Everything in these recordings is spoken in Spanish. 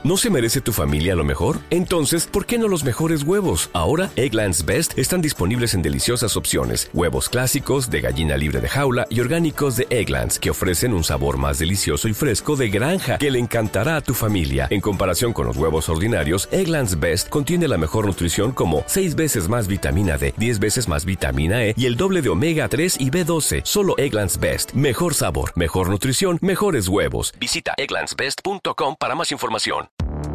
¿No se merece tu familia lo mejor? Entonces, ¿por qué no los mejores huevos? Ahora, Eggland's Best están disponibles en deliciosas opciones. Huevos clásicos, de gallina libre de jaula y orgánicos de Eggland's, que ofrecen un sabor más delicioso y fresco de granja que le encantará a tu familia. En comparación con los huevos ordinarios, Eggland's Best contiene la mejor nutrición como 6 veces más vitamina D, 10 veces más vitamina E y el doble de omega 3 y B12. Solo Eggland's Best. Mejor sabor, mejor nutrición, mejores huevos. Visita egglandsbest.com para más información.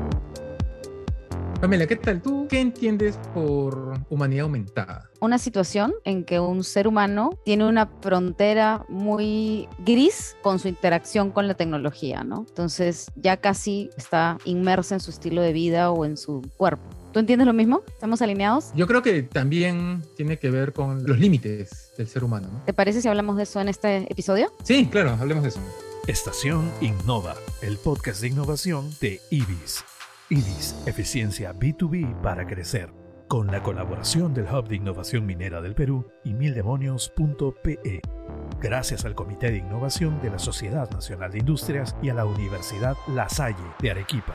Pamela, ¿qué tal? ¿Tú qué entiendes por humanidad aumentada? Una situación en que un ser humano tiene una frontera muy gris con su interacción con la tecnología, ¿no? Entonces ya casi está inmersa en su estilo de vida o en su cuerpo. ¿Tú entiendes lo mismo? ¿Estamos alineados? Yo creo que también tiene que ver con los límites del ser humano, ¿no? ¿Te parece si hablamos de eso en este episodio? Sí, claro, hablemos de eso. Estación Innova, el podcast de innovación de IBIS. IBIS, eficiencia B2B para crecer, con la colaboración del Hub de Innovación Minera del Perú y Mildemonios.pe. Gracias al Comité de Innovación de la Sociedad Nacional de Industrias y a la Universidad La Salle de Arequipa.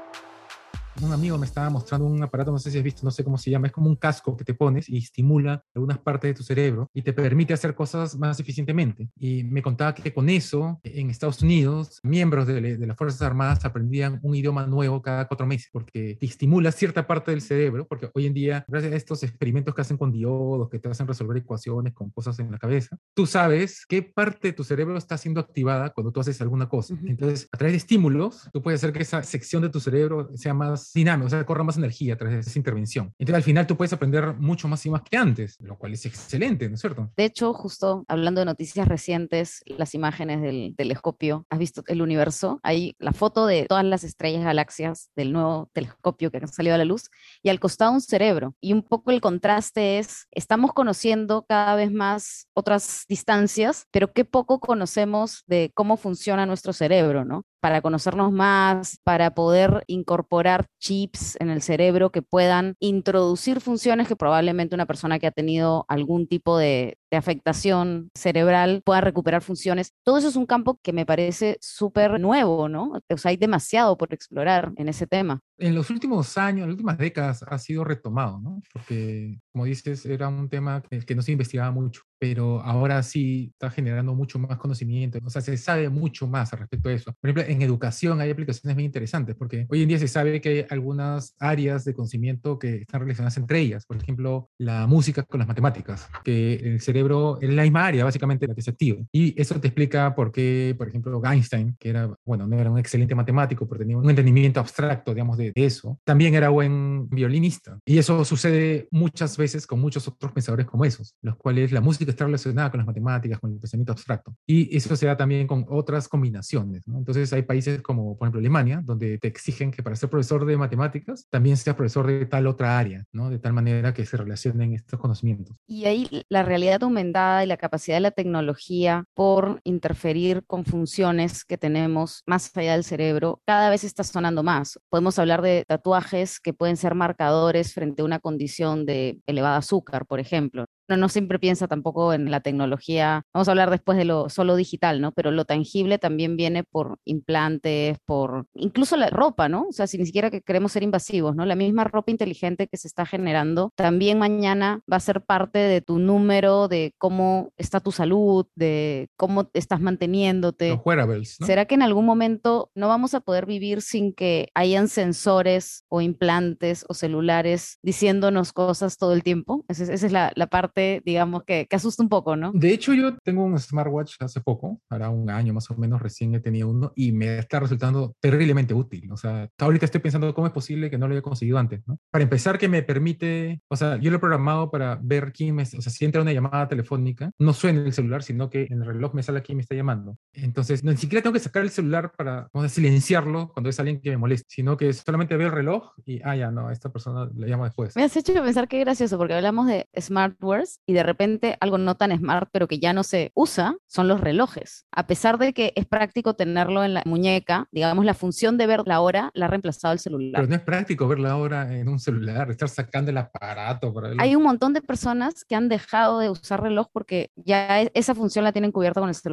Un amigo me estaba mostrando un aparato, no sé si has visto, no sé cómo se llama, es como un casco que te pones y estimula algunas partes de tu cerebro y te permite hacer cosas más eficientemente. Y me contaba que con eso, en Estados Unidos, miembros de las Fuerzas Armadas aprendían un idioma nuevo cada 4 meses, porque te estimula cierta parte del cerebro, porque hoy en día, gracias a estos experimentos que hacen con diodos, que te hacen resolver ecuaciones con cosas en la cabeza, tú sabes qué parte de tu cerebro está siendo activada cuando tú haces alguna cosa. Uh-huh. Entonces, a través de estímulos, tú puedes hacer que esa sección de tu cerebro sea más dinámico, o sea, corra más energía a través de esa intervención. Entonces, al final tú puedes aprender mucho más y más que antes, lo cual es excelente, ¿no es cierto? De hecho, justo hablando de noticias recientes, las imágenes del telescopio, ¿has visto el universo? Hay la foto de todas las estrellas, galaxias del nuevo telescopio que ha salido a la luz y al costado un cerebro. Y un poco el contraste es, estamos conociendo cada vez más otras distancias, pero qué poco conocemos de cómo funciona nuestro cerebro, ¿no? Para conocernos más, para poder incorporar chips en el cerebro que puedan introducir funciones que probablemente una persona que ha tenido algún tipo de afectación cerebral pueda recuperar funciones. Todo eso es un campo que me parece súper nuevo, ¿no? O sea, hay demasiado por explorar en ese tema. En los últimos años, en las últimas décadas ha sido retomado, ¿no? Porque, como dices, era un tema que no se investigaba mucho, pero ahora sí está generando mucho más conocimiento, o sea, se sabe mucho más al respecto de eso. Por ejemplo, en educación hay aplicaciones muy interesantes, porque hoy en día se sabe que hay algunas áreas de conocimiento que están relacionadas entre ellas, por ejemplo, la música con las matemáticas, que el cerebro es la misma área, básicamente, la que se activa. Y eso te explica por qué, por ejemplo, Einstein, que era, bueno, no era un excelente matemático, pero tenía un entendimiento abstracto, digamos, de eso, también era buen violinista. Y eso sucede muchas veces con muchos otros pensadores como esos, los cuales la música está relacionada con las matemáticas, con el pensamiento abstracto. Y eso se da también con otras combinaciones, ¿no? Entonces hay países como, por ejemplo, Alemania, donde te exigen que para ser profesor de matemáticas también seas profesor de tal otra área, ¿no? De tal manera que se relacionen estos conocimientos. Y ahí la realidad aumentada y la capacidad de la tecnología por interferir con funciones que tenemos más allá del cerebro cada vez está sonando más. Podemos hablar de tatuajes que pueden ser marcadores frente a una condición de elevado azúcar, por ejemplo. No siempre piensa tampoco en la tecnología, vamos a hablar después de lo solo digital, ¿no? Pero lo tangible también viene por implantes, por incluso la ropa, ¿no? O sea, si ni siquiera que queremos ser invasivos, ¿no? La misma ropa inteligente que se está generando también mañana va a ser parte de tu número, de cómo está tu salud, de cómo estás manteniéndote. Los wearables, ¿no? ¿Será que en algún momento no vamos a poder vivir sin que hayan sensores o implantes o celulares diciéndonos cosas todo el tiempo? Esa es la parte, digamos, que asusta un poco, ¿no? De hecho, yo tengo un smartwatch hace poco, hará un año más o menos, recién he tenido uno y me está resultando terriblemente útil. O sea, ahorita estoy pensando cómo es posible que no lo haya conseguido antes, ¿no? Para empezar, que me permite, o sea, yo lo he programado para ver quién me, o sea, si entra una llamada telefónica, no suena el celular, sino que en el reloj me sale quién me está llamando. Entonces, ni siquiera tengo que sacar el celular para, vamos a silenciarlo cuando es alguien que me moleste, sino que solamente veo el reloj y, ya no, a esta persona le llamo después. Me has hecho pensar qué gracioso, porque hablamos de smartwears y de repente algo no tan smart, pero que ya no se usa, son los relojes. A pesar de que es práctico tenerlo en la muñeca, digamos, la función de ver la hora la ha reemplazado el celular. Pero no es práctico ver la hora en un celular, estar sacando el aparato para verlo. Hay un montón de personas que han dejado de usar reloj porque ya esa función la tienen cubierta con el celular.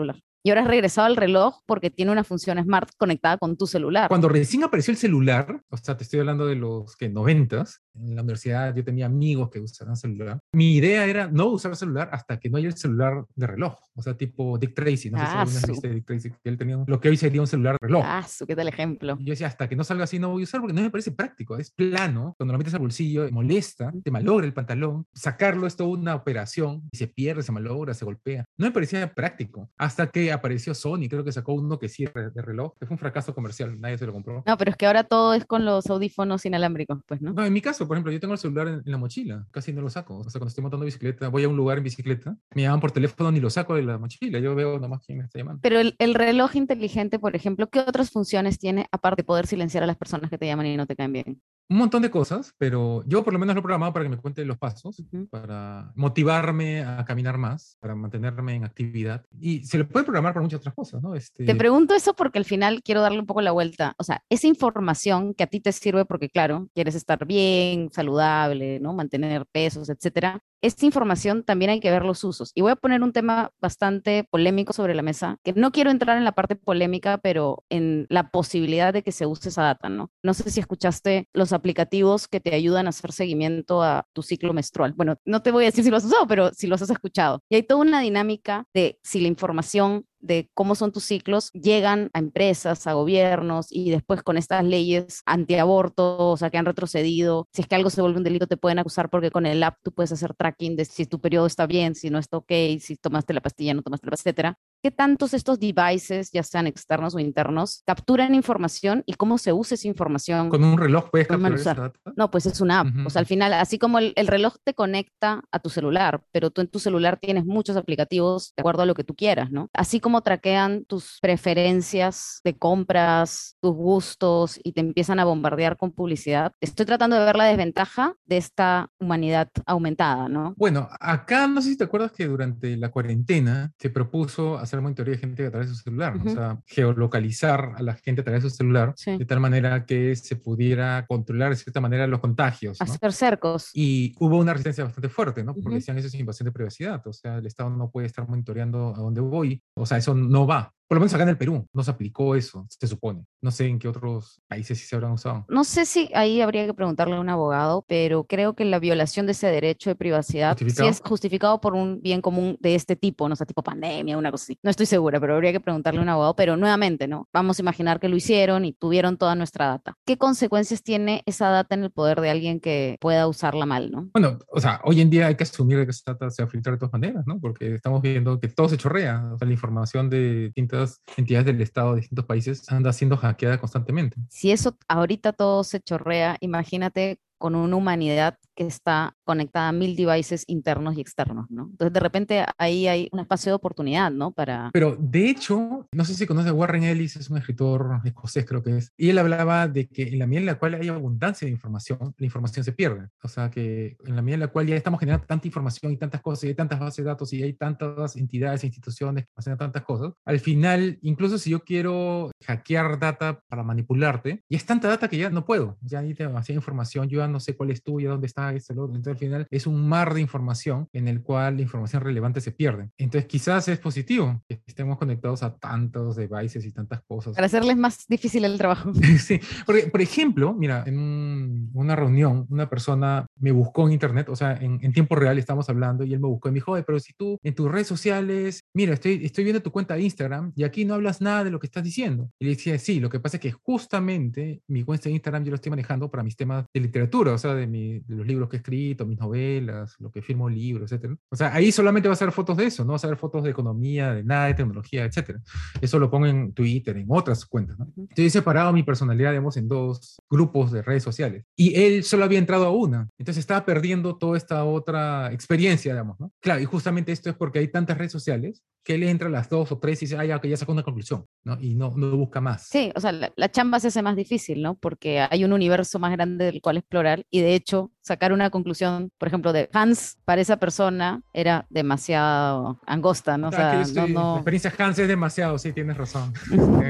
Y ahora has regresado al reloj porque tiene una función smart conectada con tu celular. Cuando recién apareció el celular, o sea, te estoy hablando de los que 90s, en la universidad yo tenía amigos que usaban celular. Mi idea era no usar celular hasta que no haya el celular de reloj, o sea, tipo Dick Tracy, no sé si alguna vez viste Dick Tracy, que él tenía lo que hoy sería un celular de reloj. ¿Qué tal ejemplo? Y yo decía, hasta que no salga así no voy a usar porque no me parece práctico, es plano, cuando lo metes al bolsillo molesta, te malogra el pantalón, sacarlo es toda una operación y se pierde, se malogra, se golpea. No me parecía práctico, hasta que apareció Sony, creo que sacó uno que sí de reloj, que fue un fracaso comercial, nadie se lo compró. No, pero es que ahora todo es con los audífonos inalámbricos, pues, ¿no? No, en mi caso, por ejemplo, yo tengo el celular en la mochila, casi no lo saco. O sea, cuando estoy montando bicicleta, voy a un lugar en bicicleta, me llaman por teléfono, ni lo saco de la mochila, yo veo nomás quién me está llamando. Pero el reloj inteligente, por ejemplo, ¿qué otras funciones tiene aparte de poder silenciar a las personas que te llaman y no te caen bien? Un montón de cosas, pero yo por lo menos lo he programado para que me cuente los pasos, Uh-huh. para motivarme a caminar más, para mantenerme en actividad. Y se le puede programar para muchas otras cosas, ¿no? Te pregunto eso porque al final quiero darle un poco la vuelta. O sea, esa información que a ti te sirve porque, claro, quieres estar bien, saludable, ¿no? Mantener pesos, etcétera. Esta información también hay que ver los usos. Y voy a poner un tema bastante polémico sobre la mesa, que no quiero entrar en la parte polémica, pero en la posibilidad de que se use esa data, ¿no? No sé si escuchaste los aplicativos que te ayudan a hacer seguimiento a tu ciclo menstrual. Bueno, no te voy a decir si lo has usado, pero si los has escuchado. Y hay toda una dinámica de si la información de cómo son tus ciclos llegan a empresas, a gobiernos y después con estas leyes antiaborto, o sea, que han retrocedido, si es que algo se vuelve un delito te pueden acusar porque con el app tú puedes hacer tracking de si tu periodo está bien, si no está ok, si tomaste la pastilla, no tomaste la pastilla, etcétera. ¿Qué tantos estos devices, ya sean externos o internos, capturan información y cómo se usa esa información? ¿Con un reloj puedes capturar esa data? No, pues es una app. Uh-huh. O sea, al final, así como el reloj te conecta a tu celular, pero tú en tu celular tienes muchos aplicativos de acuerdo a lo que tú quieras, ¿no? Así como traquean tus preferencias de compras, tus gustos y te empiezan a bombardear con publicidad. Estoy tratando de ver la desventaja de esta humanidad aumentada, ¿no? Bueno, acá no sé si te acuerdas que durante la cuarentena se propuso hacer monitoreo de gente a través de su celular, Uh-huh. o sea, geolocalizar a la gente a través de su celular, sí, de tal manera que se pudiera controlar de cierta manera los contagios, ¿no? Hacer cercos. Y hubo una resistencia bastante fuerte, ¿no? Porque Uh-huh. decían eso es invasión de privacidad, o sea, el Estado no puede estar monitoreando a dónde voy, o sea, eso no va. Por lo menos acá en el Perú no se aplicó eso, se supone. No sé en qué otros países sí se habrán usado. No sé si ahí habría que preguntarle a un abogado, pero creo que la violación de ese derecho de privacidad sí es justificado por un bien común de este tipo, no sé, tipo pandemia, una cosa así. No estoy segura, pero habría que preguntarle a un abogado. Pero nuevamente, ¿no? Vamos a imaginar que lo hicieron y tuvieron toda nuestra data. ¿Qué consecuencias tiene esa data en el poder de alguien que pueda usarla mal, ¿no? Bueno, o sea, hoy en día hay que asumir que esa data se va a filtrar de todas maneras, ¿no? Porque estamos viendo que todo se chorrea, o sea, la información de distintas entidades del Estado de distintos países anda siendo hackeada constantemente. Si eso ahorita todo se chorrea, imagínate con una humanidad que está conectada a 1000 devices internos y externos, ¿no? Entonces, de repente, ahí hay un espacio de oportunidad, ¿no? Pero, de hecho, no sé si conoces a Warren Ellis, es un escritor escocés, creo que es, y él hablaba de que en la medida en la cual hay abundancia de información, la información se pierde. O sea, que en la medida en la cual ya estamos generando tanta información y tantas cosas, y hay tantas bases de datos, y hay tantas entidades e instituciones haciendo tantas cosas, al final, incluso si yo quiero hackear data para manipularte, y es tanta data que ya no puedo, ya hay demasiada información, yo ya no sé cuál es tuya, dónde está, esto, lo otro. Entonces, al final, es un mar de información en el cual la información relevante se pierde. Entonces, quizás es positivo que estemos conectados a tantos devices y tantas cosas. Para hacerles más difícil el trabajo. Sí, porque, por ejemplo, mira, en una reunión, una persona me buscó en internet, o sea, en tiempo real estamos hablando, y él me buscó y me dijo, pero si tú en tus redes sociales, mira, estoy viendo tu cuenta de Instagram y aquí no hablas nada de lo que estás diciendo. Y le decía, sí, lo que pasa es que justamente mi cuenta de Instagram yo lo estoy manejando para mis temas de literatura, o sea, de los libros que he escrito, mis novelas, lo que firmo libros, etcétera. O sea, ahí solamente vas a ver fotos de eso, no vas a ver fotos de economía, de nada, de tecnología, etcétera. Eso lo pongo en Twitter, en otras cuentas, ¿no? Entonces he separado mi personalidad, digamos, en dos grupos de redes sociales. Y él solo había entrado a una. Entonces estaba perdiendo toda esta otra experiencia, digamos, ¿no? Claro, y justamente esto es porque hay tantas redes sociales que él entra a las 2 o 3 y dice, ya, okay, ya sacó una conclusión, ¿no? Y no busca más. Sí, o sea, la chamba se hace más difícil, ¿no? Porque hay un universo más grande del cual explorar y de hecho sacar una conclusión, por ejemplo, de Hans para esa persona era demasiado angosta, ¿no? O sea, La experiencia Hans es demasiado, sí, tienes razón.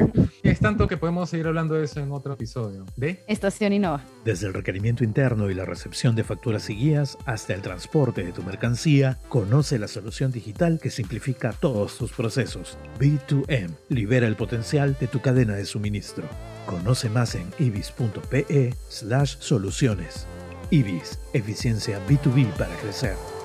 Es tanto que podemos seguir hablando de eso en otro episodio. ¿De? Estación Innova. Desde el requerimiento interno y la recepción de facturas y guías hasta el transporte de tu mercancía, conoce la solución digital que simplifica todos tus procesos. B2M libera el potencial de tu cadena de suministro. Conoce más en ibis.pe/soluciones. Ibis, eficiencia B2B para crecer.